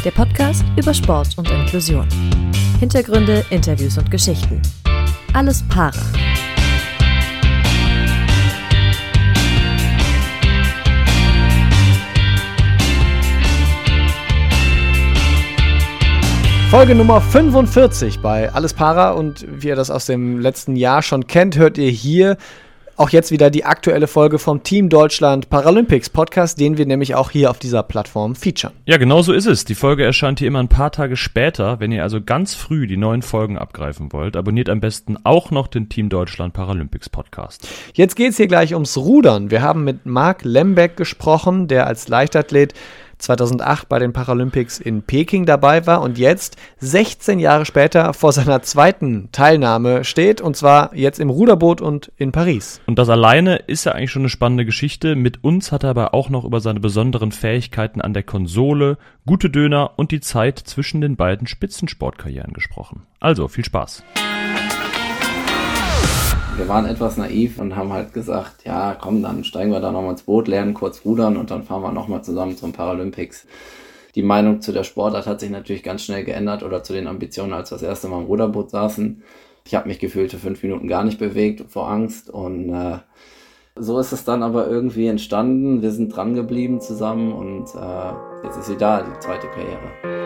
Der Podcast über Sport und Inklusion. Hintergründe, Interviews und Geschichten. Alles Para. Folge Nummer 45 bei Alles Para, und wie ihr das aus dem letzten Jahr schon kennt, hört ihr hier auch jetzt wieder die aktuelle Folge vom Team Deutschland Paralympics Podcast, den wir nämlich auch hier auf dieser Plattform featuren. Ja, genau so ist es. Die Folge erscheint hier immer ein paar Tage später. Wenn ihr also ganz früh die neuen Folgen abgreifen wollt, abonniert am besten auch noch den Team Deutschland Paralympics Podcast. Jetzt geht's hier gleich ums Rudern. Wir haben mit Marc Lembeck gesprochen, der als Leichtathlet 2008 bei den Paralympics in Peking dabei war und jetzt 16 Jahre später vor seiner zweiten Teilnahme steht, und zwar jetzt im Ruderboot und in Paris. Und das alleine ist ja eigentlich schon eine spannende Geschichte. Mit uns hat er aber auch noch über seine besonderen Fähigkeiten an der Konsole, gute Döner und die Zeit zwischen den beiden Spitzensportkarrieren gesprochen. Also, viel Spaß. Wir waren etwas naiv und haben halt gesagt, ja komm, dann steigen wir da nochmal ins Boot, lernen kurz rudern und dann fahren wir nochmal zusammen zum Paralympics. Die Meinung zu der Sportart hat sich natürlich ganz schnell geändert oder zu den Ambitionen, als wir das erste Mal im Ruderboot saßen. Ich habe mich gefühlt für 5 Minuten gar nicht bewegt vor Angst, und so ist es dann aber irgendwie entstanden. Wir sind dran geblieben zusammen und jetzt ist sie da, die zweite Karriere.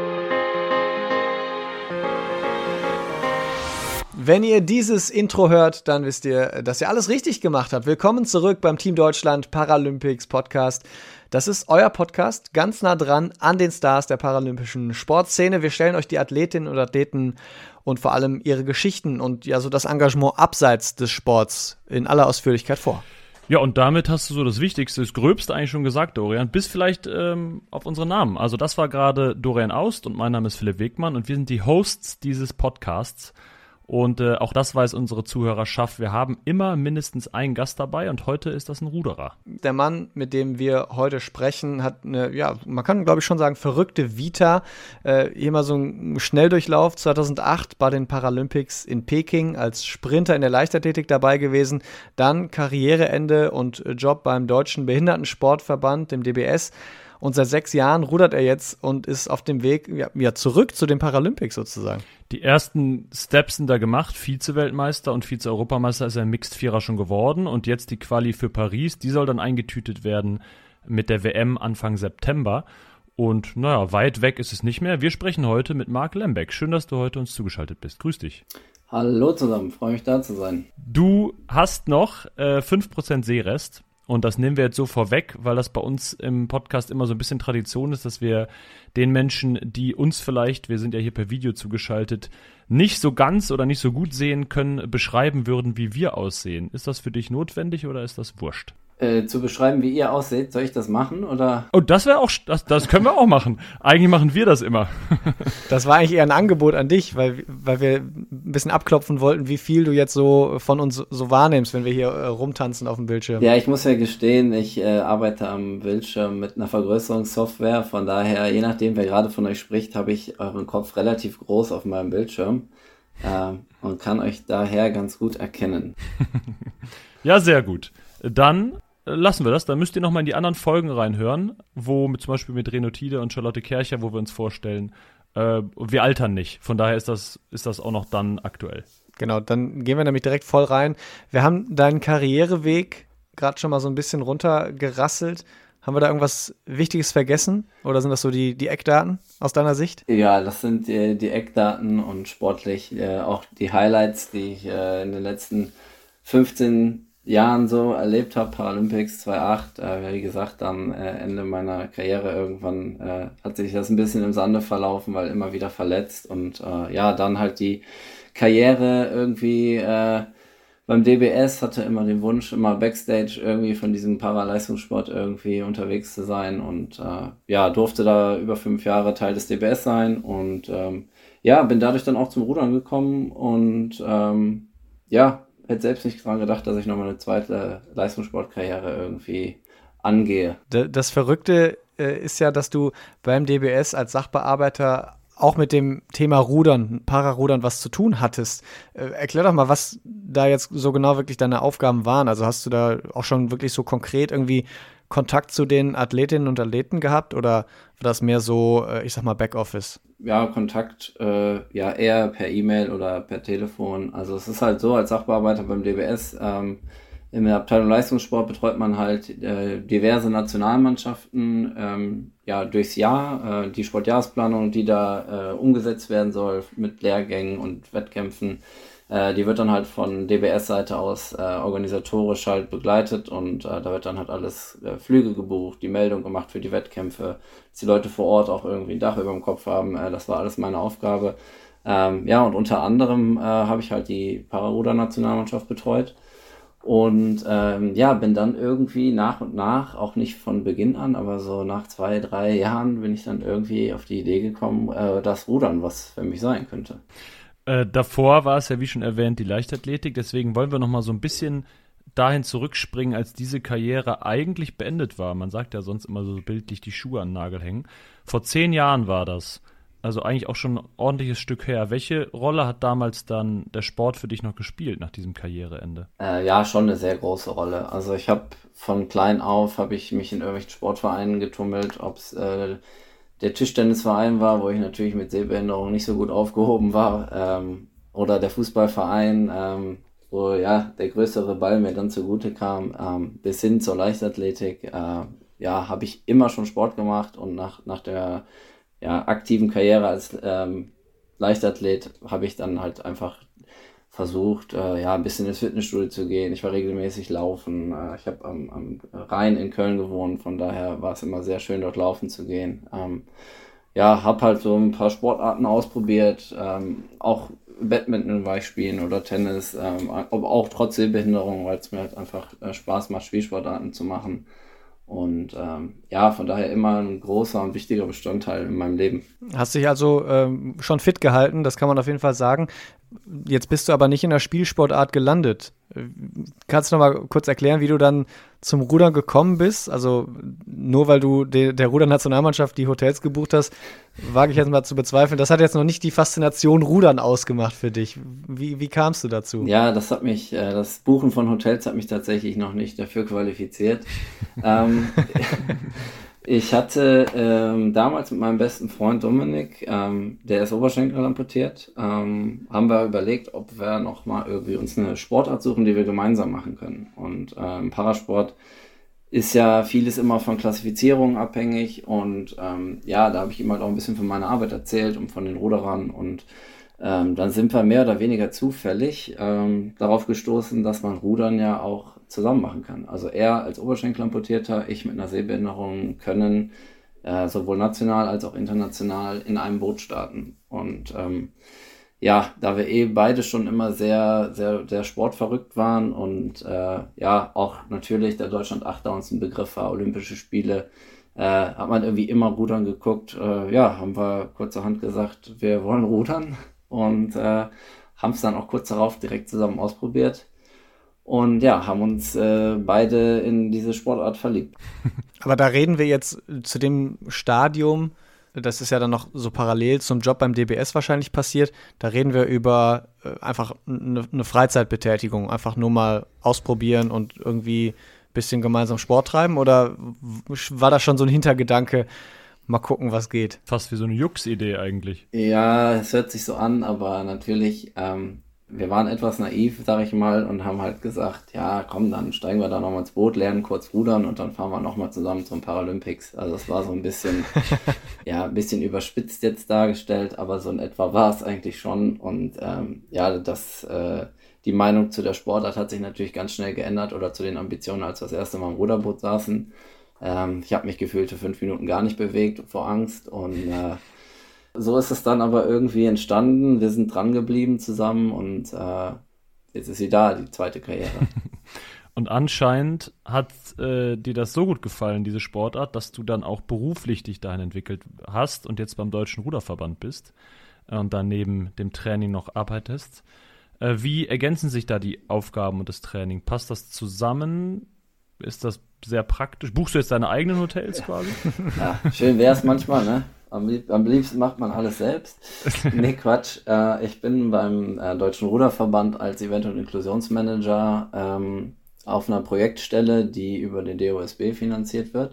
Wenn ihr dieses Intro hört, dann wisst ihr, dass ihr alles richtig gemacht habt. Willkommen zurück beim Team Deutschland Paralympics Podcast. Das ist euer Podcast, ganz nah dran an den Stars der paralympischen Sportszene. Wir stellen euch die Athletinnen und Athleten und vor allem ihre Geschichten und ja so das Engagement abseits des Sports in aller Ausführlichkeit vor. Ja, und damit hast du so das Wichtigste, das Gröbste eigentlich schon gesagt, Dorian, bis vielleicht auf unsere Namen. Also das war gerade Dorian Aust und mein Name ist Philipp Wegmann und wir sind die Hosts dieses Podcasts. Und auch das weiß unsere Zuhörerschaft. Wir haben immer mindestens einen Gast dabei und heute ist das ein Ruderer. Der Mann, mit dem wir heute sprechen, hat eine, ja, man kann glaube ich schon sagen, verrückte Vita. Hier mal so ein Schnelldurchlauf 2008 bei den Paralympics in Peking als Sprinter in der Leichtathletik dabei gewesen. Dann Karriereende und Job beim Deutschen Behindertensportverband, dem DBS. Und seit 6 Jahren rudert er jetzt und ist auf dem Weg ja, zurück zu den Paralympics sozusagen. Die ersten Steps sind da gemacht. Vize-Weltmeister und Vize-Europameister ist er im Mixed-Vierer schon geworden. Und jetzt die Quali für Paris, die soll dann eingetütet werden mit der WM Anfang September. Und naja, weit weg ist es nicht mehr. Wir sprechen heute mit Marc Lembeck. Schön, dass du heute uns zugeschaltet bist. Grüß dich. Hallo zusammen, freue mich da zu sein. Du hast noch 5% Sehrest. Und das nehmen wir jetzt so vorweg, weil das bei uns im Podcast immer so ein bisschen Tradition ist, dass wir den Menschen, die uns vielleicht, wir sind ja hier per Video zugeschaltet, nicht so ganz oder nicht so gut sehen können, beschreiben würden, wie wir aussehen. Ist das für dich notwendig oder ist das wurscht? Zu beschreiben, wie ihr ausseht, soll ich das machen, oder? Oh, das wäre auch, das können wir auch machen. Eigentlich machen wir das immer. Das war eigentlich eher ein Angebot an dich, weil wir ein bisschen abklopfen wollten, wie viel du jetzt so von uns so wahrnimmst, wenn wir hier rumtanzen auf dem Bildschirm. Ja, ich muss ja gestehen, ich arbeite am Bildschirm mit einer Vergrößerungssoftware, von daher, je nachdem, wer gerade von euch spricht, habe ich euren Kopf relativ groß auf meinem Bildschirm und kann euch daher ganz gut erkennen. Ja, sehr gut. Dann lassen wir das, dann müsst ihr nochmal in die anderen Folgen reinhören, wo zum Beispiel mit Reno Tiede und Charlotte Kercher, wo wir uns vorstellen, wir altern nicht. Von daher ist das auch noch dann aktuell. Genau, dann gehen wir nämlich direkt voll rein. Wir haben deinen Karriereweg gerade schon mal so ein bisschen runtergerasselt. Haben wir da irgendwas Wichtiges vergessen? Oder sind das so die Eckdaten aus deiner Sicht? Ja, das sind die Eckdaten und sportlich auch die Highlights, die ich in den letzten 15 Jahren so erlebt habe. Paralympics 2008, wie gesagt, dann Ende meiner Karriere irgendwann hat sich das ein bisschen im Sande verlaufen, weil immer wieder verletzt und ja, dann halt die Karriere irgendwie beim DBS, hatte immer den Wunsch, immer Backstage irgendwie von diesem Paraleistungssport irgendwie unterwegs zu sein und ja, durfte da über 5 Jahre Teil des DBS sein und ja, bin dadurch dann auch zum Rudern gekommen und ja, hätte selbst nicht dran gedacht, dass ich nochmal eine zweite Leistungssportkarriere irgendwie angehe. Das Verrückte ist ja, dass du beim DBS als Sachbearbeiter auch mit dem Thema Rudern, Pararudern was zu tun hattest. Erklär doch mal, was da jetzt so genau wirklich deine Aufgaben waren. Also hast du da auch schon wirklich so konkret irgendwie Kontakt zu den Athletinnen und Athleten gehabt oder war das mehr so, ich sag mal, Backoffice? Ja, Kontakt, ja, eher per E-Mail oder per Telefon. Also es ist halt so, als Sachbearbeiter beim DBS, in der Abteilung Leistungssport betreut man halt diverse Nationalmannschaften ja, durchs Jahr. Die Sportjahresplanung, die da umgesetzt werden soll mit Lehrgängen und Wettkämpfen, die wird dann halt von DBS-Seite aus organisatorisch halt begleitet und da wird dann halt alles Flüge gebucht, die Meldung gemacht für die Wettkämpfe, dass die Leute vor Ort auch irgendwie ein Dach über dem Kopf haben. Das war alles meine Aufgabe. Ja, und unter anderem habe ich halt die Pararuder-Nationalmannschaft betreut. Und ja, bin dann irgendwie nach und nach, auch nicht von Beginn an, aber so nach 2, 3 Jahren bin ich dann irgendwie auf die Idee gekommen, dass Rudern was für mich sein könnte. Davor war es ja, wie schon erwähnt, die Leichtathletik. Deswegen wollen wir noch mal so ein bisschen dahin zurückspringen, als diese Karriere eigentlich beendet war. Man sagt ja sonst immer so bildlich die Schuhe an den Nagel hängen. Vor 10 Jahren war das. Also eigentlich auch schon ein ordentliches Stück her. Welche Rolle hat damals dann der Sport für dich noch gespielt nach diesem Karriereende? Ja, schon eine sehr große Rolle. Also ich habe von klein auf, habe ich mich in irgendwelchen Sportvereinen getummelt, ob es der Tischtennisverein war, wo ich natürlich mit Sehbehinderung nicht so gut aufgehoben war, oder der Fußballverein, wo ja der größere Ball mir dann zugute kam, bis hin zur Leichtathletik. Ja, habe ich immer schon Sport gemacht und nach der aktiven Karriere als Leichtathlet habe ich dann halt einfach versucht, ein bisschen ins Fitnessstudio zu gehen. Ich war regelmäßig laufen. Ich habe am Rhein in Köln gewohnt, von daher war es immer sehr schön, dort laufen zu gehen. Habe halt so ein paar Sportarten ausprobiert. Auch Badminton war ich spielen oder Tennis, aber auch trotz Sehbehinderung, weil es mir halt einfach Spaß macht, Spielsportarten zu machen. Und von daher immer ein großer und wichtiger Bestandteil in meinem Leben. Hast dich also schon fit gehalten, das kann man auf jeden Fall sagen. Jetzt bist du aber nicht in der Spielsportart gelandet. Kannst du noch mal kurz erklären, wie du dann zum Rudern gekommen bist? Also nur weil du der Ruder-Nationalmannschaft die Hotels gebucht hast, wage ich jetzt mal zu bezweifeln. Das hat jetzt noch nicht die Faszination Rudern ausgemacht für dich. Wie kamst du dazu? Ja, das Buchen von Hotels hat mich tatsächlich noch nicht dafür qualifiziert. Ich hatte damals mit meinem besten Freund Dominik, der ist Oberschenkel amputiert, haben wir überlegt, ob wir noch mal irgendwie uns eine Sportart suchen, die wir gemeinsam machen können. Und im Parasport ist ja vieles immer von Klassifizierungen abhängig und da habe ich ihm halt auch ein bisschen von meiner Arbeit erzählt und von den Ruderern und dann sind wir mehr oder weniger zufällig darauf gestoßen, dass man Rudern ja auch zusammen machen kann. Also er als Oberschenkelamputierter, ich mit einer Sehbehinderung können sowohl national als auch international in einem Boot starten. Und da wir beide schon immer sehr, sehr, sehr sportverrückt waren und auch natürlich der Deutschland-Achter uns ein Begriff war, Olympische Spiele, hat man irgendwie immer Rudern geguckt. Haben wir kurzerhand gesagt, wir wollen rudern und haben es dann auch kurz darauf direkt zusammen ausprobiert. Und haben uns beide in diese Sportart verliebt. Aber da reden wir jetzt zu dem Stadium, das ist ja dann noch so parallel zum Job beim DBS wahrscheinlich passiert, da reden wir über einfach eine Freizeitbetätigung, einfach nur mal ausprobieren und irgendwie ein bisschen gemeinsam Sport treiben, oder war das schon so ein Hintergedanke, mal gucken, was geht? Fast wie so eine Jux-Idee eigentlich. Ja, es hört sich so an, aber natürlich wir waren etwas naiv, sag ich mal, und haben halt gesagt, ja komm, dann steigen wir da nochmal ins Boot, lernen kurz rudern und dann fahren wir nochmal zusammen zum Paralympics. Also das war so ein bisschen, ein bisschen überspitzt jetzt dargestellt, aber so in etwa war es eigentlich schon. Und die Meinung zu der Sportart hat sich natürlich ganz schnell geändert oder zu den Ambitionen, als wir das erste Mal im Ruderboot saßen. Ich habe mich gefühlte 5 Minuten gar nicht bewegt vor Angst und so ist es dann aber irgendwie entstanden. Wir sind dran geblieben zusammen und jetzt ist sie da, die zweite Karriere. Und anscheinend hat dir das so gut gefallen, diese Sportart, dass du dann auch beruflich dich dahin entwickelt hast und jetzt beim Deutschen Ruderverband bist und dann neben dem Training noch arbeitest. Wie ergänzen sich da die Aufgaben und das Training? Passt das zusammen? Ist das sehr praktisch? Buchst du jetzt deine eigenen Hotels quasi? Ja, schön wäre es manchmal, ne? Am liebsten macht man alles selbst. Nee, Quatsch. Ich bin beim Deutschen Ruderverband als Event- und Inklusionsmanager auf einer Projektstelle, die über den DOSB finanziert wird.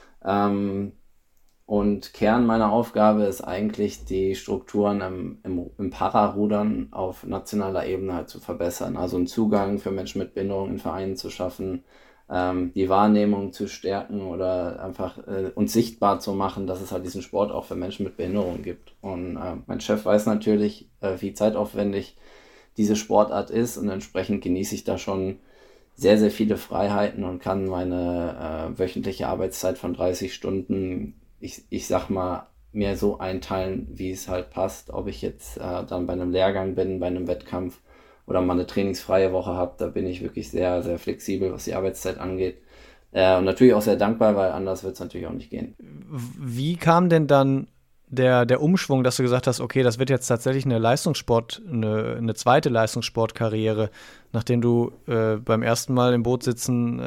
Und Kern meiner Aufgabe ist eigentlich, die Strukturen im Pararudern auf nationaler Ebene halt zu verbessern. Also einen Zugang für Menschen mit Behinderung in Vereinen zu schaffen, die Wahrnehmung zu stärken oder einfach uns sichtbar zu machen, dass es halt diesen Sport auch für Menschen mit Behinderung gibt. Und mein Chef weiß natürlich, wie zeitaufwendig diese Sportart ist, und entsprechend genieße ich da schon sehr, sehr viele Freiheiten und kann meine wöchentliche Arbeitszeit von 30 Stunden, ich sag mal, mir so einteilen, wie es halt passt. Ob ich jetzt dann bei einem Lehrgang bin, bei einem Wettkampf oder mal eine trainingsfreie Woche habe, da bin ich wirklich sehr, sehr flexibel, was die Arbeitszeit angeht. Und natürlich auch sehr dankbar, weil anders wird es natürlich auch nicht gehen. Wie kam denn dann der Umschwung, dass du gesagt hast, okay, das wird jetzt tatsächlich eine zweite Leistungssportkarriere, nachdem du beim ersten Mal im Boot sitzen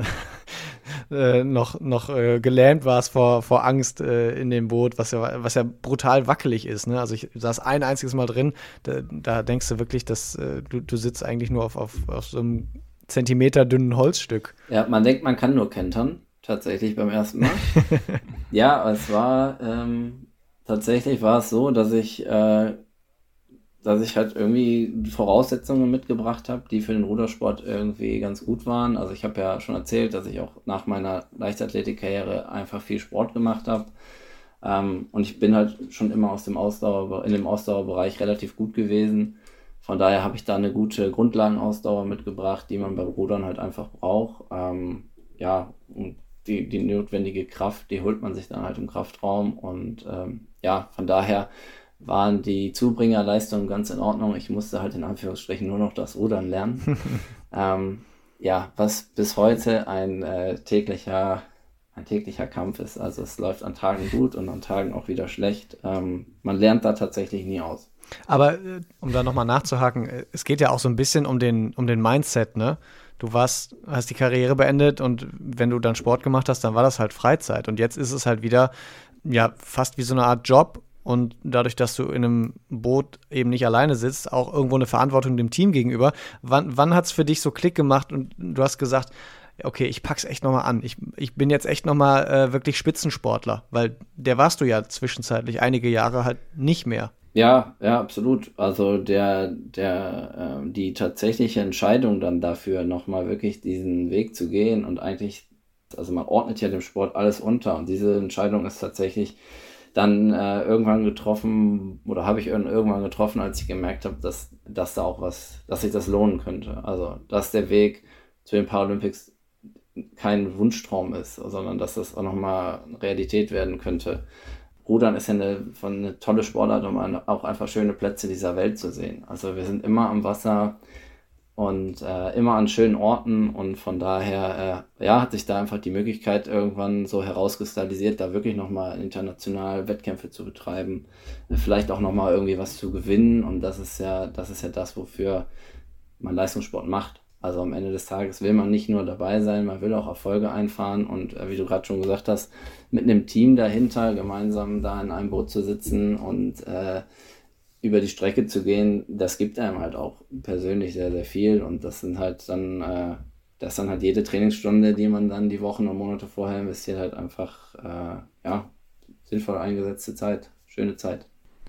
noch gelähmt warst vor Angst in dem Boot, was ja brutal wackelig ist, ne? Also ich saß ein einziges Mal drin, da denkst du wirklich, dass du sitzt eigentlich nur auf so einem zentimeterdünnen Holzstück. Ja, man denkt, man kann nur kentern, tatsächlich beim ersten Mal. Ja, es war tatsächlich war es so, dass ich halt irgendwie Voraussetzungen mitgebracht habe, die für den Rudersport irgendwie ganz gut waren. Also ich habe ja schon erzählt, dass ich auch nach meiner Leichtathletikkarriere einfach viel Sport gemacht habe. Und ich bin halt schon immer in dem Ausdauerbereich relativ gut gewesen. Von daher habe ich da eine gute Grundlagenausdauer mitgebracht, die man beim Rudern halt einfach braucht. Ja, und die notwendige Kraft, die holt man sich dann halt im Kraftraum. Und ja, von daher waren die Zubringerleistungen ganz in Ordnung. Ich musste halt in Anführungsstrichen nur noch das Rudern lernen. Ja, was bis heute ein täglicher Kampf ist. Also es läuft an Tagen gut und an Tagen auch wieder schlecht. Man lernt da tatsächlich nie aus. Aber um da nochmal nachzuhaken, es geht ja auch so ein bisschen um den Mindset, ne? Du hast die Karriere beendet, und wenn du dann Sport gemacht hast, dann war das halt Freizeit. Und jetzt ist es halt wieder ja fast wie so eine Art Job. Und dadurch, dass du in einem Boot eben nicht alleine sitzt, auch irgendwo eine Verantwortung dem Team gegenüber. Wann hat es für dich so Klick gemacht und du hast gesagt, okay, ich pack's echt nochmal an. Ich bin jetzt echt nochmal wirklich Spitzensportler, weil der warst du ja zwischenzeitlich einige Jahre halt nicht mehr. Ja, absolut. Also die tatsächliche Entscheidung dann dafür, nochmal wirklich diesen Weg zu gehen und eigentlich, also man ordnet ja dem Sport alles unter, und diese Entscheidung ist tatsächlich dann irgendwann getroffen, oder habe ich irgendwann getroffen, als ich gemerkt habe, dass sich das lohnen könnte. Also, dass der Weg zu den Paralympics kein Wunschtraum ist, sondern dass das auch nochmal Realität werden könnte. Rudern ist ja eine tolle Sportart, um auch einfach schöne Plätze dieser Welt zu sehen. Also wir sind immer am Wasser und immer an schönen Orten, und von daher hat sich da einfach die Möglichkeit irgendwann so herauskristallisiert, da wirklich nochmal international Wettkämpfe zu betreiben, vielleicht auch nochmal irgendwie was zu gewinnen, und das ist ja das, wofür man Leistungssport macht. Also am Ende des Tages will man nicht nur dabei sein, man will auch Erfolge einfahren, und wie du gerade schon gesagt hast, mit einem Team dahinter gemeinsam da in einem Boot zu sitzen und über die Strecke zu gehen, das gibt einem halt auch persönlich sehr, sehr viel, und das sind halt dann, jede Trainingsstunde, die man dann die Wochen und Monate vorher investiert, halt einfach, sinnvoll eingesetzte Zeit, schöne Zeit.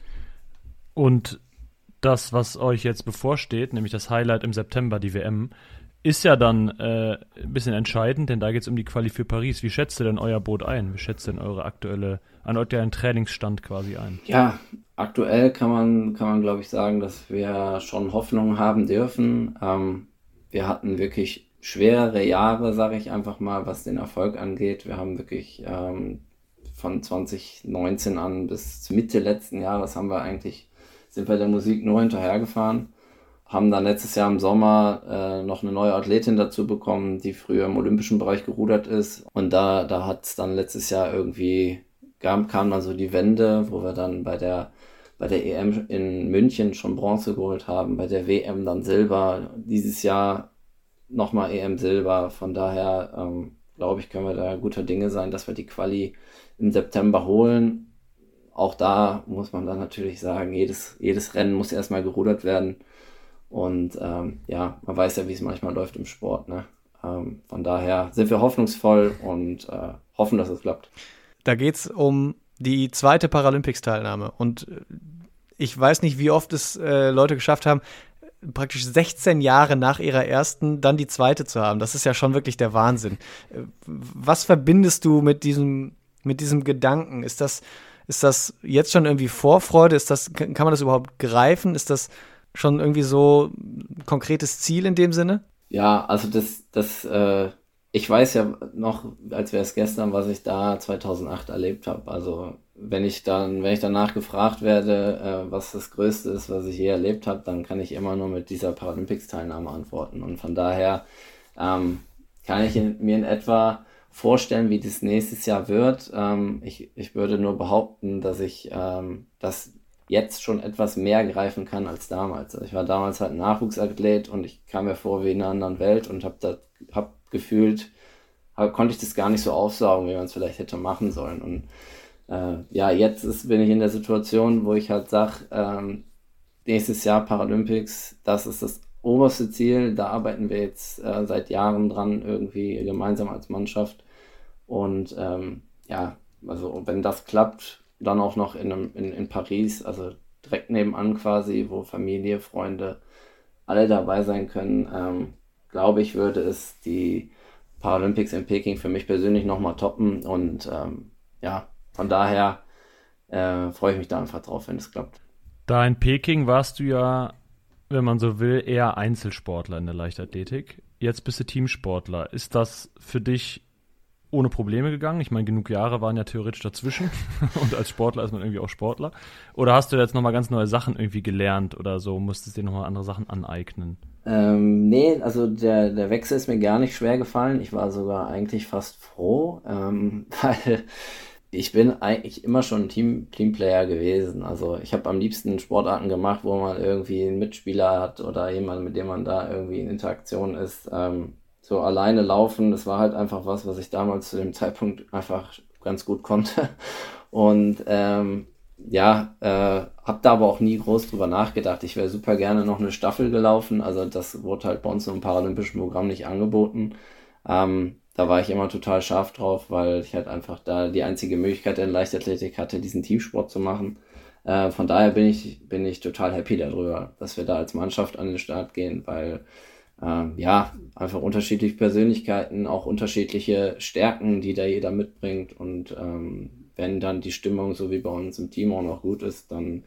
Und das, was euch jetzt bevorsteht, nämlich das Highlight im September, die WM, ist ja dann ein bisschen entscheidend, denn da geht es um die Quali für Paris. Wie schätzt ihr denn euer Boot ein? Wie schätzt ihr denn euren aktuellen Trainingsstand quasi ein? Ja, aktuell kann man glaube ich sagen, dass wir schon Hoffnung haben dürfen. Wir hatten wirklich schwere Jahre, sage ich einfach mal, was den Erfolg angeht. Wir haben wirklich von 2019 an bis Mitte letzten Jahres sind wir der Musik nur hinterhergefahren. Haben dann letztes Jahr im Sommer noch eine neue Athletin dazu bekommen, die früher im olympischen Bereich gerudert ist. Und da hat es dann letztes Jahr kam dann so die Wende, wo wir dann bei der EM in München schon Bronze geholt haben, bei der WM dann Silber, dieses Jahr nochmal EM Silber. Von daher glaube ich, können wir da guter Dinge sein, dass wir die Quali im September holen. Auch da muss man dann natürlich sagen, jedes Rennen muss erstmal gerudert werden. Und man weiß ja, wie es manchmal läuft im Sport, ne? Von daher sind wir hoffnungsvoll und hoffen, dass es klappt. Da geht es um die zweite Paralympics-Teilnahme. Und ich weiß nicht, wie oft es Leute geschafft haben, praktisch 16 Jahre nach ihrer ersten dann die zweite zu haben. Das ist ja schon wirklich der Wahnsinn. Was verbindest du mit diesem Gedanken? Ist das jetzt schon irgendwie Vorfreude? Kann man das überhaupt greifen? Ist das schon irgendwie so ein konkretes Ziel in dem Sinne? Ja, also ich weiß ja noch, als wäre es gestern, was ich da 2008 erlebt habe. Also wenn ich danach gefragt werde, was das Größte ist, was ich je erlebt habe, dann kann ich immer nur mit dieser Paralympics-Teilnahme antworten. Und von daher kann ich mir in etwa vorstellen, wie das nächstes Jahr wird. Ich würde nur behaupten, dass ich das jetzt schon etwas mehr greifen kann als damals. Also ich war damals halt ein Nachwuchsathlet und ich kam mir vor wie in einer anderen Welt und konnte ich das gar nicht so aufsaugen, wie man es vielleicht hätte machen sollen. Und jetzt bin ich in der Situation, wo ich halt sage, nächstes Jahr Paralympics, das ist das oberste Ziel, da arbeiten wir jetzt seit Jahren dran, irgendwie gemeinsam als Mannschaft. Und also wenn das klappt, dann auch noch in Paris, also direkt nebenan quasi, wo Familie, Freunde, alle dabei sein können, glaube ich, würde es die Paralympics in Peking für mich persönlich nochmal toppen. Und von daher freue ich mich da einfach drauf, wenn es klappt. Da in Peking warst du ja, wenn man so will, eher Einzelsportler in der Leichtathletik. Jetzt bist du Teamsportler. Ist das für dich ohne Probleme gegangen? Ich meine, genug Jahre waren ja theoretisch dazwischen und als Sportler ist man irgendwie auch Sportler. Oder hast du jetzt nochmal ganz neue Sachen irgendwie gelernt oder so, musstest dir nochmal andere Sachen aneignen? Nee, also der Wechsel ist mir gar nicht schwer gefallen. Ich war sogar eigentlich fast froh, weil ich bin eigentlich immer schon ein Teamplayer gewesen. Also ich habe am liebsten Sportarten gemacht, wo man irgendwie einen Mitspieler hat oder jemanden, mit dem man da irgendwie in Interaktion ist. So alleine laufen, das war halt einfach was ich damals zu dem Zeitpunkt einfach ganz gut konnte. Und habe da aber auch nie groß drüber nachgedacht. Ich wäre super gerne noch eine Staffel gelaufen. Also das wurde halt bei uns im paralympischen Programm nicht angeboten. Da war ich immer total scharf drauf, weil ich halt einfach da die einzige Möglichkeit in Leichtathletik hatte, diesen Teamsport zu machen. Von daher bin ich total happy darüber, dass wir da als Mannschaft an den Start gehen, weil einfach unterschiedliche Persönlichkeiten, auch unterschiedliche Stärken, die da jeder mitbringt. Und wenn dann die Stimmung so wie bei uns im Team auch noch gut ist, dann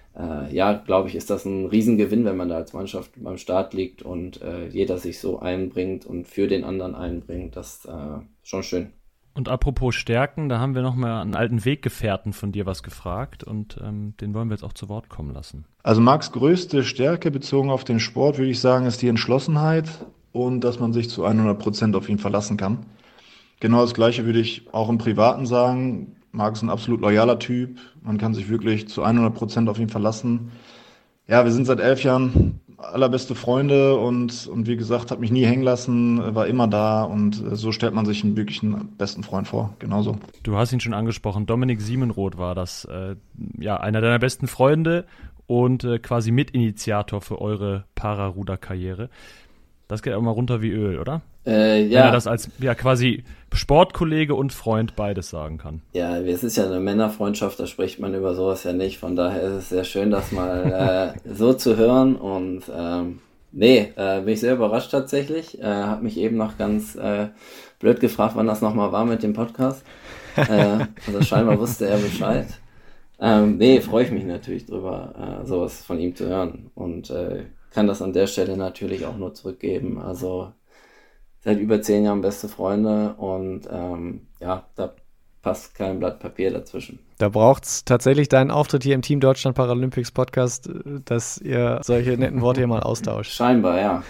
glaube ich, ist das ein Riesengewinn, wenn man da als Mannschaft beim Start liegt und jeder sich so einbringt und für den anderen einbringt. Das ist schon schön. Und apropos Stärken, da haben wir nochmal einen alten Weggefährten von dir was gefragt und den wollen wir jetzt auch zu Wort kommen lassen. Also Marcs größte Stärke bezogen auf den Sport, würde ich sagen, ist die Entschlossenheit und dass man sich zu 100% auf ihn verlassen kann. Genau das Gleiche würde ich auch im Privaten sagen. Marc ist ein absolut loyaler Typ. Man kann sich wirklich zu 100% auf ihn verlassen. Ja, wir sind seit 11 Jahren allerbeste Freunde und wie gesagt, hat mich nie hängen lassen, war immer da und so stellt man sich wirklich einen besten Freund vor, genauso. Du hast ihn schon angesprochen, Dominik Siemenroth war das, einer deiner besten Freunde und quasi Mitinitiator für eure Pararuder-Karriere. Das geht auch mal runter wie Öl, oder? Wenn er das als quasi Sportkollege und Freund beides sagen kann. Ja, es ist ja eine Männerfreundschaft, da spricht man über sowas ja nicht. Von daher ist es sehr schön, das mal so zu hören. Und bin ich sehr überrascht tatsächlich. Habe mich eben noch ganz blöd gefragt, wann das nochmal war mit dem Podcast. Also scheinbar wusste er Bescheid. Freue ich mich natürlich drüber, sowas von ihm zu hören. Und kann das an der Stelle natürlich auch nur zurückgeben. Also seit über 10 Jahren beste Freunde und da passt kein Blatt Papier dazwischen. Da braucht es tatsächlich deinen Auftritt hier im Team Deutschland Paralympics Podcast, dass ihr solche netten Worte hier mal austauscht. Scheinbar, ja.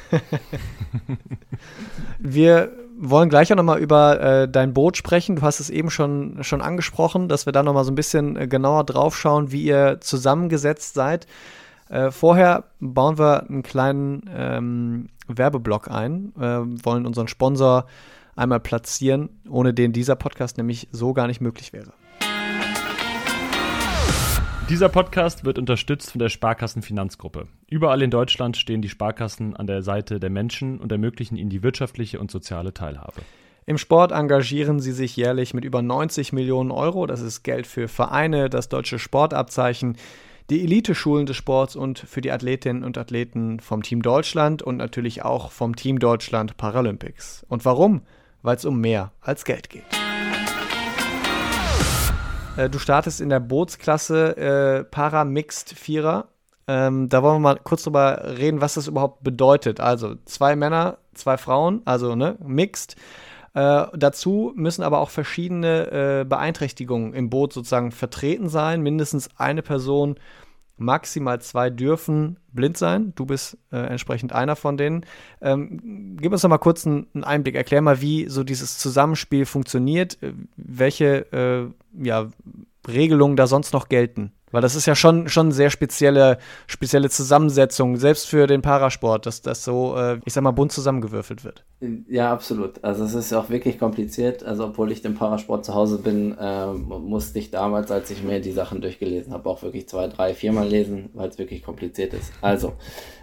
Wir wollen gleich auch nochmal über dein Boot sprechen. Du hast es eben schon angesprochen, dass wir da nochmal so ein bisschen genauer drauf schauen, wie ihr zusammengesetzt seid. Vorher bauen wir einen kleinen Werbeblock ein, wollen unseren Sponsor einmal platzieren, ohne den dieser Podcast nämlich so gar nicht möglich wäre. Dieser Podcast wird unterstützt von der Sparkassen-Finanzgruppe. Überall in Deutschland stehen die Sparkassen an der Seite der Menschen und ermöglichen ihnen die wirtschaftliche und soziale Teilhabe. Im Sport engagieren sie sich jährlich mit über 90 Millionen Euro. Das ist Geld für Vereine, das deutsche Sportabzeichen, die Eliteschulen des Sports und für die Athletinnen und Athleten vom Team Deutschland und natürlich auch vom Team Deutschland Paralympics. Und warum? Weil es um mehr als Geld geht. Du startest in der Bootsklasse Para-Mixed Vierer. Da wollen wir mal kurz drüber reden, was das überhaupt bedeutet. Also 2 Männer, 2 Frauen, also Mixed. Dazu müssen aber auch verschiedene Beeinträchtigungen im Boot sozusagen vertreten sein. Mindestens eine Person, maximal 2 dürfen blind sein. Du bist entsprechend einer von denen. Gib uns doch mal kurz einen Einblick. Erklär mal, wie so dieses Zusammenspiel funktioniert, welche Regelungen da sonst noch gelten. Weil das ist ja schon eine sehr spezielle Zusammensetzung, selbst für den Parasport, dass das so, bunt zusammengewürfelt wird. Ja, absolut. Also es ist auch wirklich kompliziert. Also obwohl ich im Parasport zu Hause bin, musste ich damals, als ich mir die Sachen durchgelesen habe, auch wirklich 2, 3, 4 Mal lesen, weil es wirklich kompliziert ist. Also,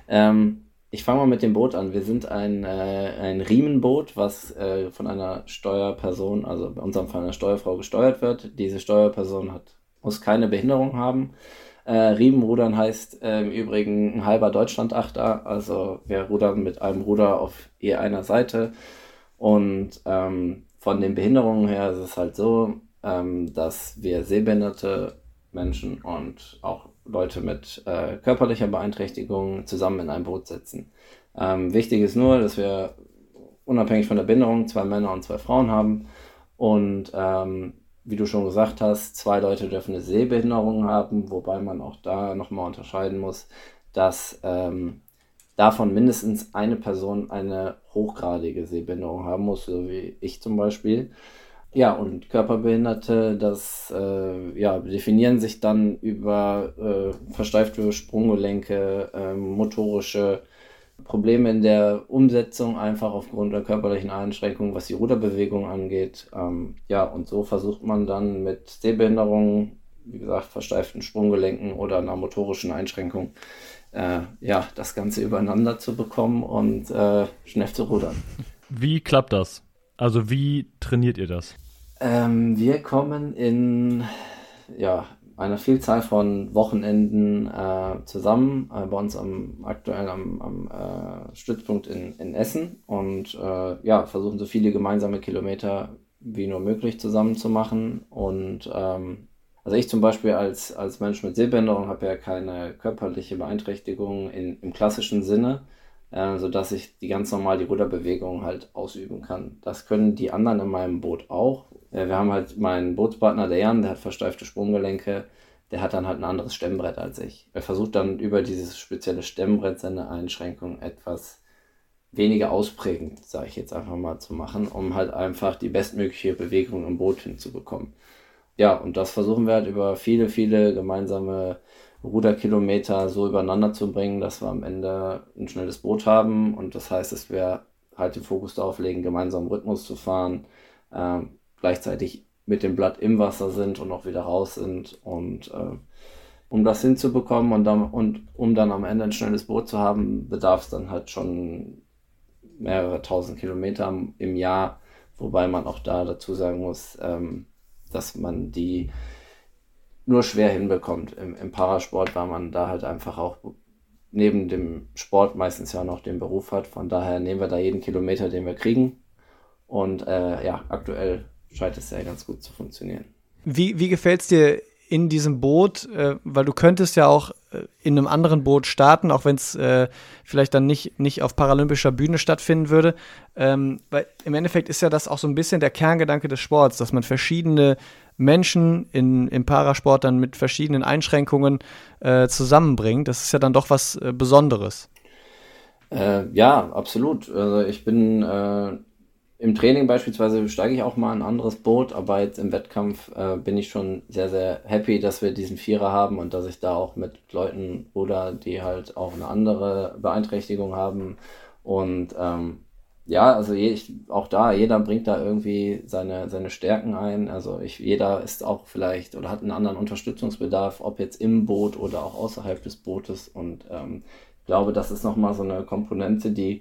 ich fange mal mit dem Boot an. Wir sind ein Riemenboot, was von einer Steuerperson, also in unserem Fall einer Steuerfrau, gesteuert wird. Diese Steuerperson muss keine Behinderung haben. Riemenrudern heißt im Übrigen ein halber Deutschlandachter, also wir rudern mit einem Ruder auf je einer Seite. Und von den Behinderungen her ist es halt so, dass wir sehbehinderte Menschen und auch Leute mit körperlicher Beeinträchtigung zusammen in ein Boot sitzen. Wichtig ist nur, dass wir unabhängig von der Behinderung 2 Männer und 2 Frauen haben und wie du schon gesagt hast, 2 Leute dürfen eine Sehbehinderung haben, wobei man auch da nochmal unterscheiden muss, dass davon mindestens eine Person eine hochgradige Sehbehinderung haben muss, so wie ich zum Beispiel. Ja, und Körperbehinderte, das definieren sich dann über versteifte Sprunggelenke, motorische Probleme in der Umsetzung, einfach aufgrund der körperlichen Einschränkungen, was die Ruderbewegung angeht. Und so versucht man dann mit Sehbehinderungen, wie gesagt, versteiften Sprunggelenken oder einer motorischen Einschränkung, das Ganze übereinander zu bekommen und schnell zu rudern. Wie klappt das? Also wie trainiert ihr das? Wir kommen in einer Vielzahl von Wochenenden zusammen, bei uns aktuell am Stützpunkt in Essen und versuchen so viele gemeinsame Kilometer wie nur möglich zusammen zu machen. Und also ich zum Beispiel als Mensch mit Sehbehinderung habe ja keine körperliche Beeinträchtigung im klassischen Sinne, sodass ich ganz normal die Ruderbewegung halt ausüben kann. Das können die anderen in meinem Boot auch. Wir haben halt meinen Bootspartner, der Jan, der hat versteifte Sprunggelenke, der hat dann halt ein anderes Stemmbrett als ich. Er versucht dann über dieses spezielle Stemmbrett seine Einschränkung etwas weniger ausprägend, sage ich jetzt einfach mal, zu machen, um halt einfach die bestmögliche Bewegung im Boot hinzubekommen. Ja, und das versuchen wir halt über viele, viele gemeinsame Ruderkilometer so übereinander zu bringen, dass wir am Ende ein schnelles Boot haben. Und das heißt, dass wir halt den Fokus darauf legen, gemeinsam Rhythmus zu fahren, gleichzeitig mit dem Blatt im Wasser sind und auch wieder raus sind. Und um das hinzubekommen und um dann am Ende ein schnelles Boot zu haben, bedarf es dann halt schon mehrere tausend Kilometer im Jahr, wobei man auch da dazu sagen muss, dass man die nur schwer hinbekommt im Parasport, weil man da halt einfach auch neben dem Sport meistens ja noch den Beruf hat. Von daher nehmen wir da jeden Kilometer, den wir kriegen. Und aktuell scheint es ja ganz gut zu funktionieren. Wie gefällt es dir in diesem Boot? Weil du könntest ja auch in einem anderen Boot starten, auch wenn es vielleicht dann nicht auf paralympischer Bühne stattfinden würde. Weil im Endeffekt ist ja das auch so ein bisschen der Kerngedanke des Sports, dass man verschiedene Menschen im Parasport dann mit verschiedenen Einschränkungen zusammenbringt. Das ist ja dann doch was Besonderes. Ja, absolut. Also ich bin im Training beispielsweise steige ich auch mal in ein anderes Boot, aber jetzt im Wettkampf bin ich schon sehr, sehr happy, dass wir diesen Vierer haben und dass ich da auch mit Leuten ruder, die halt auch eine andere Beeinträchtigung haben. Und ja, also auch da, jeder bringt da irgendwie seine Stärken ein. Also jeder ist auch vielleicht oder hat einen anderen Unterstützungsbedarf, ob jetzt im Boot oder auch außerhalb des Bootes. Und ich glaube, das ist nochmal so eine Komponente, die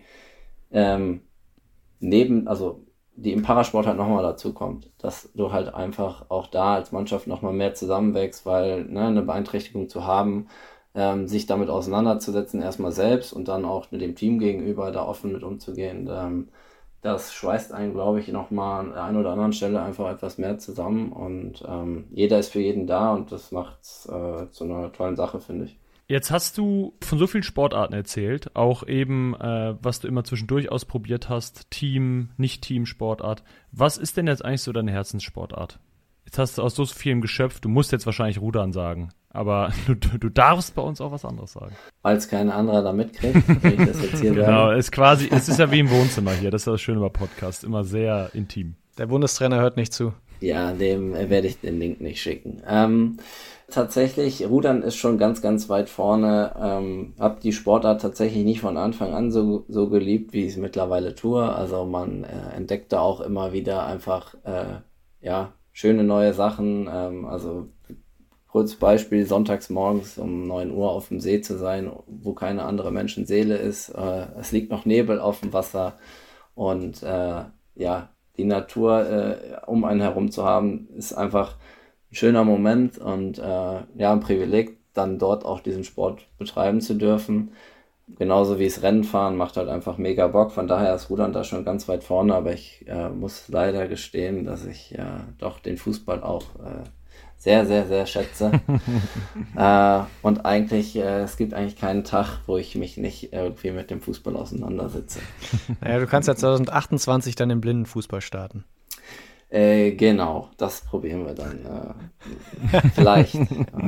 die im Parasport halt nochmal dazu kommt, dass du halt einfach auch da als Mannschaft nochmal mehr zusammenwächst, weil eine Beeinträchtigung zu haben, sich damit auseinanderzusetzen, erstmal selbst und dann auch mit dem Team gegenüber da offen mit umzugehen, das schweißt einen, glaube ich, nochmal an der einen oder anderen Stelle einfach etwas mehr zusammen und jeder ist für jeden da und das macht es zu einer tollen Sache, finde ich. Jetzt hast du von so vielen Sportarten erzählt, auch eben, was du immer zwischendurch ausprobiert hast, Team, Nicht-Team-Sportart. Was ist denn jetzt eigentlich so deine Herzenssportart? Jetzt hast du aus so vielen geschöpft, du musst jetzt wahrscheinlich Rudern sagen, aber du darfst bei uns auch was anderes sagen. Weil es kein anderer da mitkriegt, wenn ich das jetzt hier sage. Genau, es ist ja wie im Wohnzimmer hier, das ist das Schöne bei Podcast, immer sehr intim. Der Bundestrainer hört nicht zu. Ja, dem werde ich den Link nicht schicken. Tatsächlich, Rudern ist schon ganz, ganz weit vorne. Hab die Sportart tatsächlich nicht von Anfang an so geliebt, wie ich es mittlerweile tue. Also man entdeckt da auch immer wieder einfach schöne neue Sachen. Also kurzes Beispiel, sonntags morgens um 9 Uhr auf dem See zu sein, wo keine andere Menschenseele ist. Es liegt noch Nebel auf dem Wasser und die Natur um einen herum zu haben, ist einfach ein schöner Moment und ein Privileg, dann dort auch diesen Sport betreiben zu dürfen. Genauso wie das Rennenfahren macht halt einfach mega Bock. Von daher ist Rudern da schon ganz weit vorne, aber ich muss leider gestehen, dass ich doch den Fußball auch sehr, sehr, sehr schätze. Und eigentlich, es gibt eigentlich keinen Tag, wo ich mich nicht irgendwie mit dem Fußball auseinandersetze. Naja, du kannst ja 2028 dann im Blindenfußball starten. Genau, das probieren wir dann. Vielleicht.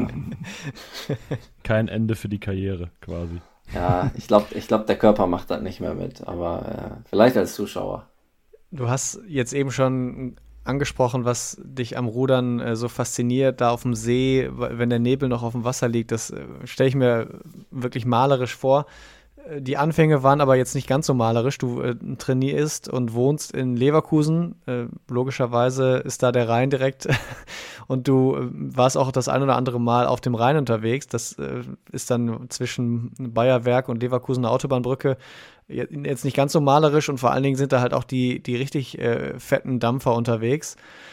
Kein Ende für die Karriere quasi. Ja, ich glaub, der Körper macht das nicht mehr mit, aber vielleicht als Zuschauer. Du hast jetzt eben schon angesprochen, was dich am Rudern so fasziniert, da auf dem See, wenn der Nebel noch auf dem Wasser liegt, das stelle ich mir wirklich malerisch vor. Die Anfänge waren aber jetzt nicht ganz so malerisch. Du trainierst und wohnst in Leverkusen. Logischerweise ist da der Rhein direkt. Und du warst auch das ein oder andere Mal auf dem Rhein unterwegs. Das ist dann zwischen Bayerwerk und Leverkusener Autobahnbrücke jetzt nicht ganz so malerisch. Und vor allen Dingen sind da halt auch die richtig fetten Dampfer unterwegs.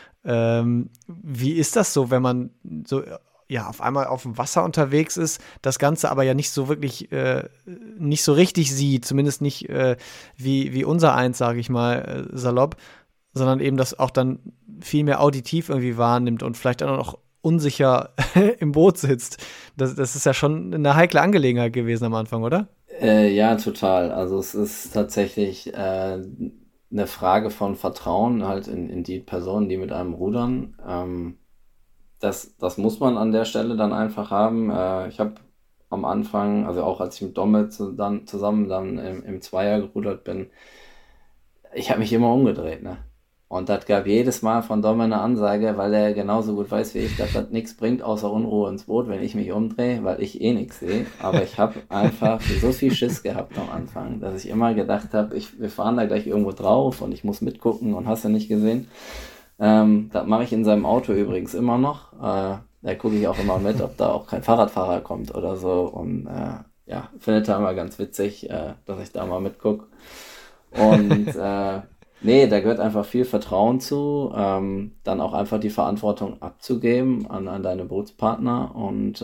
Wie ist das so, wenn man so auf einmal auf dem Wasser unterwegs ist, das Ganze aber ja nicht so wirklich, nicht so richtig sieht, zumindest nicht wie unser eins, sage ich mal, salopp, sondern eben das auch dann viel mehr auditiv irgendwie wahrnimmt und vielleicht auch noch unsicher im Boot sitzt. Das ist ja schon eine heikle Angelegenheit gewesen am Anfang, oder? Ja, total. Also es ist tatsächlich eine Frage von Vertrauen halt in die Personen, die mit einem rudern. Das muss man an der Stelle dann einfach haben. Ich habe am Anfang, also auch als ich mit Domme zusammen dann im Zweier gerudert bin, ich habe mich immer umgedreht, ne? Und das gab jedes Mal von Domme eine Ansage, weil er genauso gut weiß wie ich, dass das nichts bringt, außer Unruhe ins Boot, wenn ich mich umdrehe, weil ich eh nichts sehe. Aber ich habe einfach so viel Schiss gehabt am Anfang, dass ich immer gedacht habe, wir fahren da gleich irgendwo drauf und ich muss mitgucken und hast du nicht gesehen. Das mache ich in seinem Auto übrigens immer noch. Da gucke ich auch immer mit, ob da auch kein Fahrradfahrer kommt oder so. Und findet er immer ganz witzig, dass ich da mal mitgucke. Und nee, da gehört einfach viel Vertrauen zu, dann auch einfach die Verantwortung abzugeben an deine Bootspartner und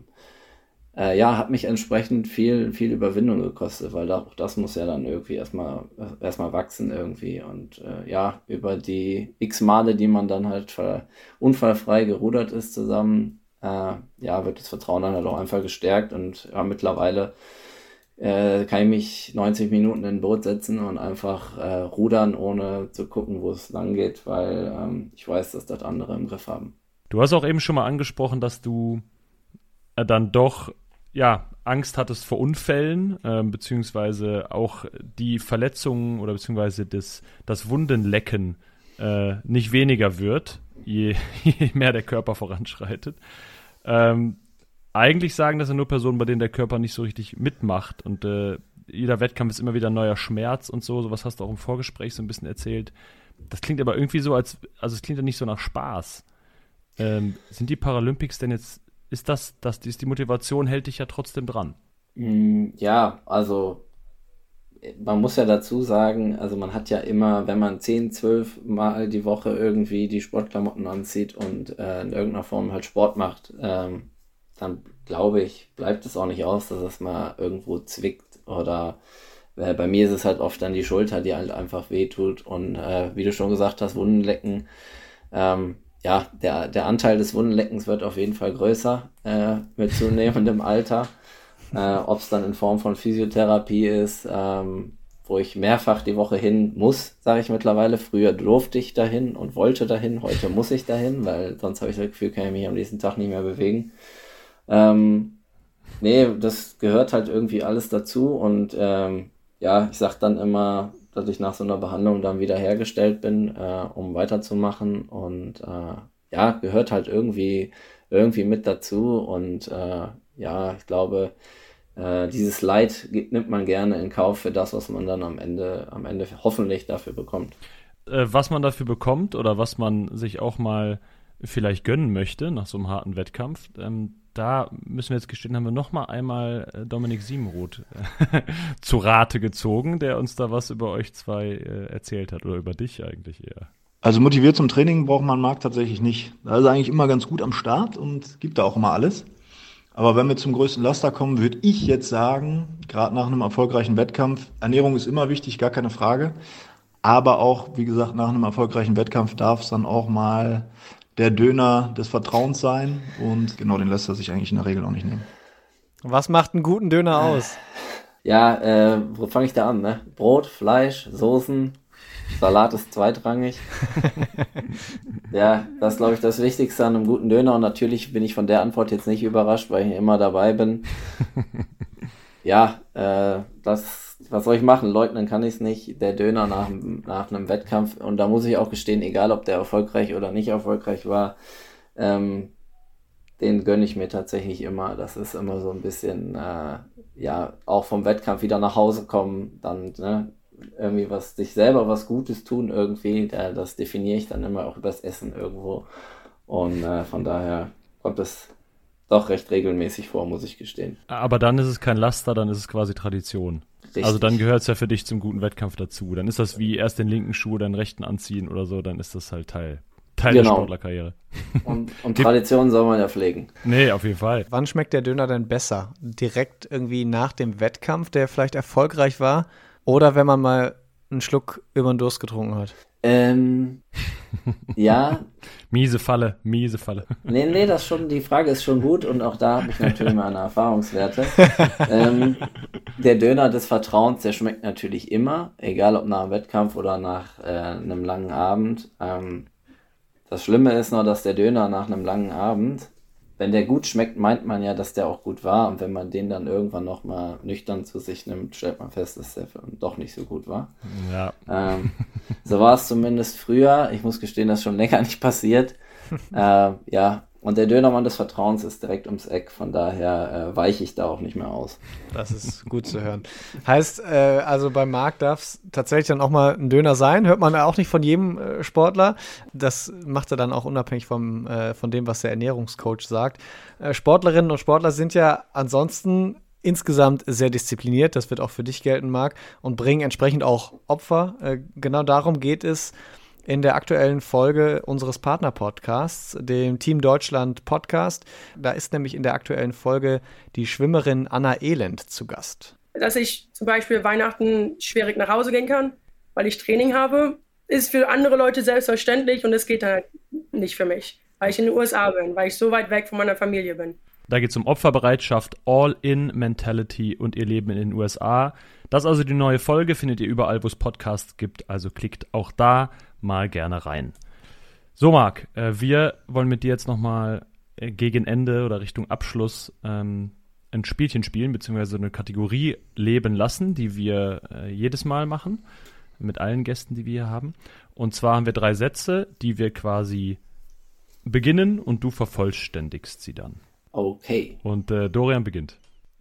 hat mich entsprechend viel Überwindung gekostet, weil auch das muss ja dann irgendwie erstmal wachsen irgendwie und über die x Male, die man dann halt unfallfrei gerudert ist zusammen, wird das Vertrauen dann halt auch einfach gestärkt und mittlerweile kann ich mich 90 Minuten in ein Boot setzen und einfach rudern, ohne zu gucken, wo es lang geht, weil ich weiß, dass das andere im Griff haben. Du hast auch eben schon mal angesprochen, dass du dann doch Angst hattest vor Unfällen, beziehungsweise auch die Verletzungen oder beziehungsweise das Wundenlecken nicht weniger wird, je mehr der Körper voranschreitet. Eigentlich sagen das ja nur Personen, bei denen der Körper nicht so richtig mitmacht. Und jeder Wettkampf ist immer wieder ein neuer Schmerz und so. Sowas hast du auch im Vorgespräch so ein bisschen erzählt. Das klingt aber irgendwie so, also es klingt ja nicht so nach Spaß. Sind die Paralympics denn jetzt, ist die Motivation hält dich ja trotzdem dran? Ja, also man muss ja dazu sagen, also man hat ja immer, wenn man 10, 12 Mal die Woche irgendwie die Sportklamotten anzieht und in irgendeiner Form halt Sport macht, dann glaube ich, bleibt es auch nicht aus, dass es mal irgendwo zwickt oder bei mir ist es halt oft dann die Schulter, die halt einfach wehtut und wie du schon gesagt hast, Wundenlecken, ja, der Anteil des Wundenleckens wird auf jeden Fall größer mit zunehmendem Alter. Ob es dann in Form von Physiotherapie ist, wo ich mehrfach die Woche hin muss, sage ich mittlerweile. Früher durfte ich dahin und wollte dahin, heute muss ich dahin, weil sonst habe ich das Gefühl, kann ich mich am nächsten Tag nicht mehr bewegen. Nee, das gehört halt irgendwie alles dazu und ja, ich sage dann immer, dass ich nach so einer Behandlung dann wieder hergestellt bin, um weiterzumachen und ja, gehört halt irgendwie mit dazu und ja, ich glaube, dieses Leid nimmt man gerne in Kauf für das, was man dann am Ende hoffentlich dafür bekommt. Was man dafür bekommt oder was man sich auch mal vielleicht gönnen möchte nach so einem harten Wettkampf, da müssen wir jetzt gestehen, haben wir noch mal einmal Dominik Siemenroth zu Rate gezogen, der uns da was über euch zwei erzählt hat oder über dich eigentlich eher. Also motiviert zum Training braucht man Marc tatsächlich nicht. Da ist er eigentlich immer ganz gut am Start und gibt da auch immer alles. Aber wenn wir zum größten Laster kommen, würde ich jetzt sagen, gerade nach einem erfolgreichen Wettkampf, Ernährung ist immer wichtig, gar keine Frage. Aber auch, wie gesagt, nach einem erfolgreichen Wettkampf darf es dann auch mal der Döner des Vertrauens sein. Und genau, den lässt er sich eigentlich in der Regel auch nicht nehmen. Was macht einen guten Döner aus? Ja, wo fange ich da an, ne? Brot, Fleisch, Soßen, Salat ist zweitrangig. Ja, das ist, glaube ich, das Wichtigste an einem guten Döner. Und natürlich bin ich von der Antwort jetzt nicht überrascht, weil ich immer dabei bin. Ja, was soll ich machen? Leugnen kann ich es nicht. Der Döner nach einem Wettkampf. Und da muss ich auch gestehen, egal ob der erfolgreich oder nicht erfolgreich war, den gönne ich mir tatsächlich immer. Das ist immer so ein bisschen, ja, auch vom Wettkampf wieder nach Hause kommen, dann, ne? Irgendwie sich selber was Gutes tun irgendwie, das definiere ich dann immer auch übers Essen irgendwo und von daher kommt es doch recht regelmäßig vor, muss ich gestehen. Aber dann ist es kein Laster, dann ist es quasi Tradition. Richtig. Also dann gehört es ja für dich zum guten Wettkampf dazu. Dann ist das wie erst den linken Schuh, dann rechten anziehen oder so, dann ist das halt Teil der Sportlerkarriere. Und Tradition soll man ja pflegen. Nee, auf jeden Fall. Wann schmeckt der Döner denn besser? Direkt irgendwie nach dem Wettkampf, der vielleicht erfolgreich war? Oder wenn man mal einen Schluck über den Durst getrunken hat? Ja. Miese Falle. Nee, die Frage ist schon gut und auch da habe ich natürlich meine Erfahrungswerte. Der Döner des Vertrauens, der schmeckt natürlich immer, egal ob nach einem Wettkampf oder nach einem langen Abend. Das Schlimme ist nur, dass der Döner nach einem langen Abend, wenn der gut schmeckt, meint man ja, dass der auch gut war. Und wenn man den dann irgendwann nochmal nüchtern zu sich nimmt, stellt man fest, dass der doch nicht so gut war. Ja. So war es zumindest früher. Ich muss gestehen, das ist schon länger nicht passiert. Ja, und der Dönermann des Vertrauens ist direkt ums Eck. Von daher weiche ich da auch nicht mehr aus. Das ist gut zu hören. Heißt, also bei Marc darf es tatsächlich dann auch mal ein Döner sein. Hört man auch nicht von jedem Sportler. Das macht er dann auch unabhängig von dem, was der Ernährungscoach sagt. Sportlerinnen und Sportler sind ja ansonsten insgesamt sehr diszipliniert. Das wird auch für dich gelten, Marc. Und bringen entsprechend auch Opfer. Genau darum geht es in der aktuellen Folge unseres Partner-Podcasts, dem Team Deutschland Podcast. Da ist nämlich in der aktuellen Folge die Schwimmerin Anna Elend zu Gast. Dass ich zum Beispiel Weihnachten schwierig nach Hause gehen kann, weil ich Training habe, ist für andere Leute selbstverständlich und es geht dann nicht für mich, weil ich in den USA bin, weil ich so weit weg von meiner Familie bin. Da geht es um Opferbereitschaft, All-in-Mentality und ihr Leben in den USA. Das ist also die neue Folge, findet ihr überall, wo es Podcasts gibt, also klickt auch da mal gerne rein. So, Marc, wir wollen mit dir jetzt nochmal gegen Ende oder Richtung Abschluss ein Spielchen spielen, beziehungsweise eine Kategorie leben lassen, die wir jedes Mal machen, mit allen Gästen, die wir hier haben. Und zwar haben wir 3 Sätze, die wir quasi beginnen und du vervollständigst sie dann. Okay. Und Dorian beginnt.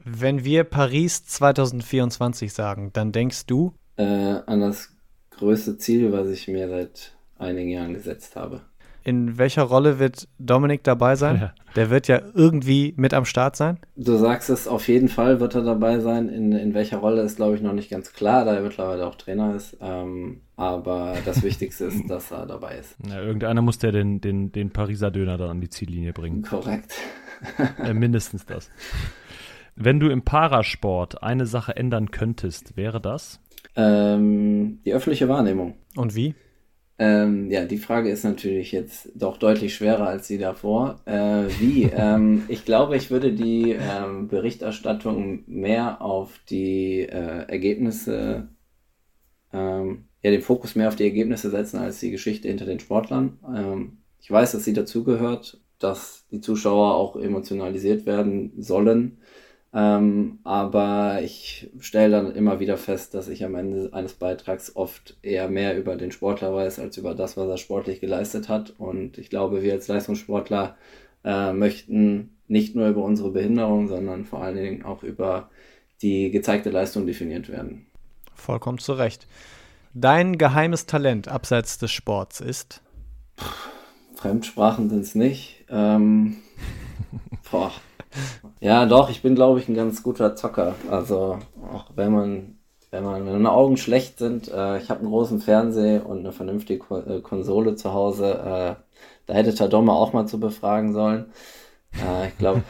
Wenn wir Paris 2024 sagen, dann denkst du? An das größte Ziel, was ich mir seit einigen Jahren gesetzt habe. In welcher Rolle wird Dominik dabei sein? Ja. Der wird ja irgendwie mit am Start sein. Du sagst es, auf jeden Fall wird er dabei sein. In welcher Rolle ist, glaube ich, noch nicht ganz klar, da er mittlerweile auch Trainer ist. Aber das Wichtigste ist, dass er dabei ist. Ja, irgendeiner muss der den Pariser Döner dann an die Ziellinie bringen. Korrekt. Mindestens das. Wenn du im Parasport eine Sache ändern könntest, wäre das? Die öffentliche Wahrnehmung. Und wie? Ja, die Frage ist natürlich jetzt doch deutlich schwerer als die davor. Wie? Ich glaube, ich würde die Berichterstattung mehr auf die Ergebnisse, den Fokus mehr auf die Ergebnisse setzen als die Geschichte hinter den Sportlern. Ich weiß, dass sie dazugehört, dass die Zuschauer auch emotionalisiert werden sollen. Aber ich stelle dann immer wieder fest, dass ich am Ende eines Beitrags oft eher mehr über den Sportler weiß, als über das, was er sportlich geleistet hat. Und ich glaube, wir als Leistungssportler möchten nicht nur über unsere Behinderung, sondern vor allen Dingen auch über die gezeigte Leistung definiert werden. Vollkommen zu Recht. Dein geheimes Talent abseits des Sports ist? Fremdsprachen sind es nicht. Ja, doch, ich bin, glaube ich, ein ganz guter Zocker. Also, auch wenn meine Augen schlecht sind, ich habe einen großen Fernseher und eine vernünftige Konsole zu Hause. Da hätte Tadoma auch mal zu befragen sollen. Ich glaube,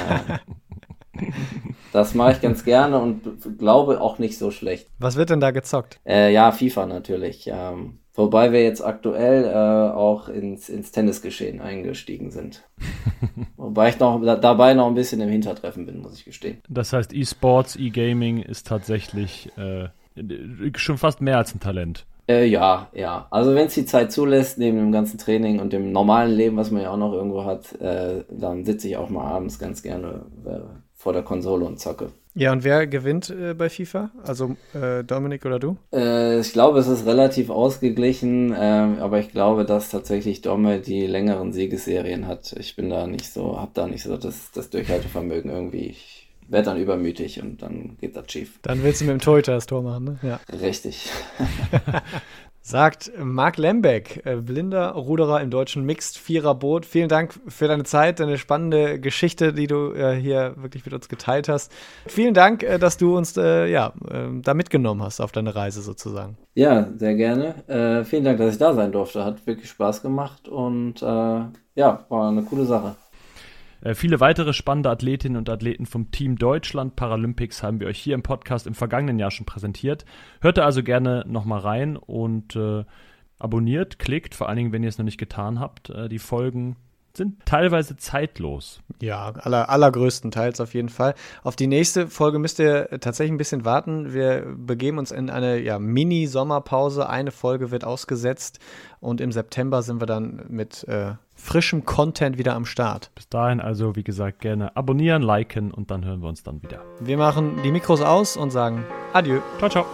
das mache ich ganz gerne und glaube auch nicht so schlecht. Was wird denn da gezockt? Ja, FIFA natürlich. Wobei wir jetzt aktuell auch ins Tennisgeschehen eingestiegen sind. Wobei ich dabei noch ein bisschen im Hintertreffen bin, muss ich gestehen. Das heißt, E-Sports, E-Gaming ist tatsächlich schon fast mehr als ein Talent. Ja. Also wenn es die Zeit zulässt, neben dem ganzen Training und dem normalen Leben, was man ja auch noch irgendwo hat, dann sitze ich auch mal abends ganz gerne vor der Konsole und zocke. Ja, und wer gewinnt bei FIFA? Also Dominik oder du? Ich glaube, es ist relativ ausgeglichen, aber ich glaube, dass tatsächlich Domme die längeren Siegesserien hat. Ich bin da nicht so, habe da nicht so das Durchhaltevermögen irgendwie. Ich werde dann übermütig und dann geht das schief. Dann willst du mit dem Torhüter das Tor machen, ne? Ja. Richtig. Sagt Marc Lembeck, blinder Ruderer im deutschen Mixed-Vierer-Boot. Vielen Dank für deine Zeit, deine spannende Geschichte, die du hier wirklich mit uns geteilt hast. Vielen Dank, dass du uns da mitgenommen hast auf deine Reise sozusagen. Ja, sehr gerne. Vielen Dank, dass ich da sein durfte. Hat wirklich Spaß gemacht und war eine coole Sache. Viele weitere spannende Athletinnen und Athleten vom Team Deutschland Paralympics haben wir euch hier im Podcast im vergangenen Jahr schon präsentiert. Hört da also gerne nochmal rein und abonniert, klickt, vor allen Dingen, wenn ihr es noch nicht getan habt. Die Folgen sind teilweise zeitlos. Ja, allergrößtenteils auf jeden Fall. Auf die nächste Folge müsst ihr tatsächlich ein bisschen warten. Wir begeben uns in eine Mini-Sommerpause. Eine Folge wird ausgesetzt und im September sind wir dann mit frischem Content wieder am Start. Bis dahin also, wie gesagt, gerne abonnieren, liken und dann hören wir uns dann wieder. Wir machen die Mikros aus und sagen Adieu. Ciao, ciao.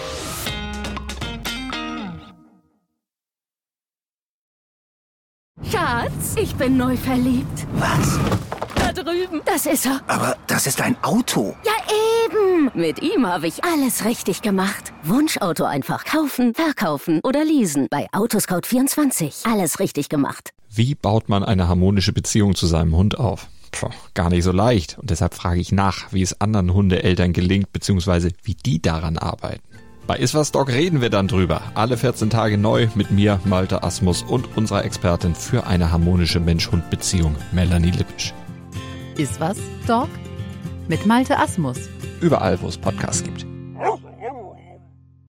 Schatz, ich bin neu verliebt. Was? Da drüben. Das ist er. Aber das ist ein Auto. Ja, eben. Mit ihm habe ich alles richtig gemacht. Wunschauto einfach kaufen, verkaufen oder leasen. Bei Autoscout24. Alles richtig gemacht. Wie baut man eine harmonische Beziehung zu seinem Hund auf? Gar nicht so leicht. Und deshalb frage ich nach, wie es anderen Hundeeltern gelingt, beziehungsweise wie die daran arbeiten. Bei Iswas Dog reden wir dann drüber. Alle 14 Tage neu mit mir, Malte Asmus und unserer Expertin für eine harmonische Mensch-Hund-Beziehung, Melanie Lippisch. Iswas Dog mit Malte Asmus. Überall, wo es Podcasts gibt.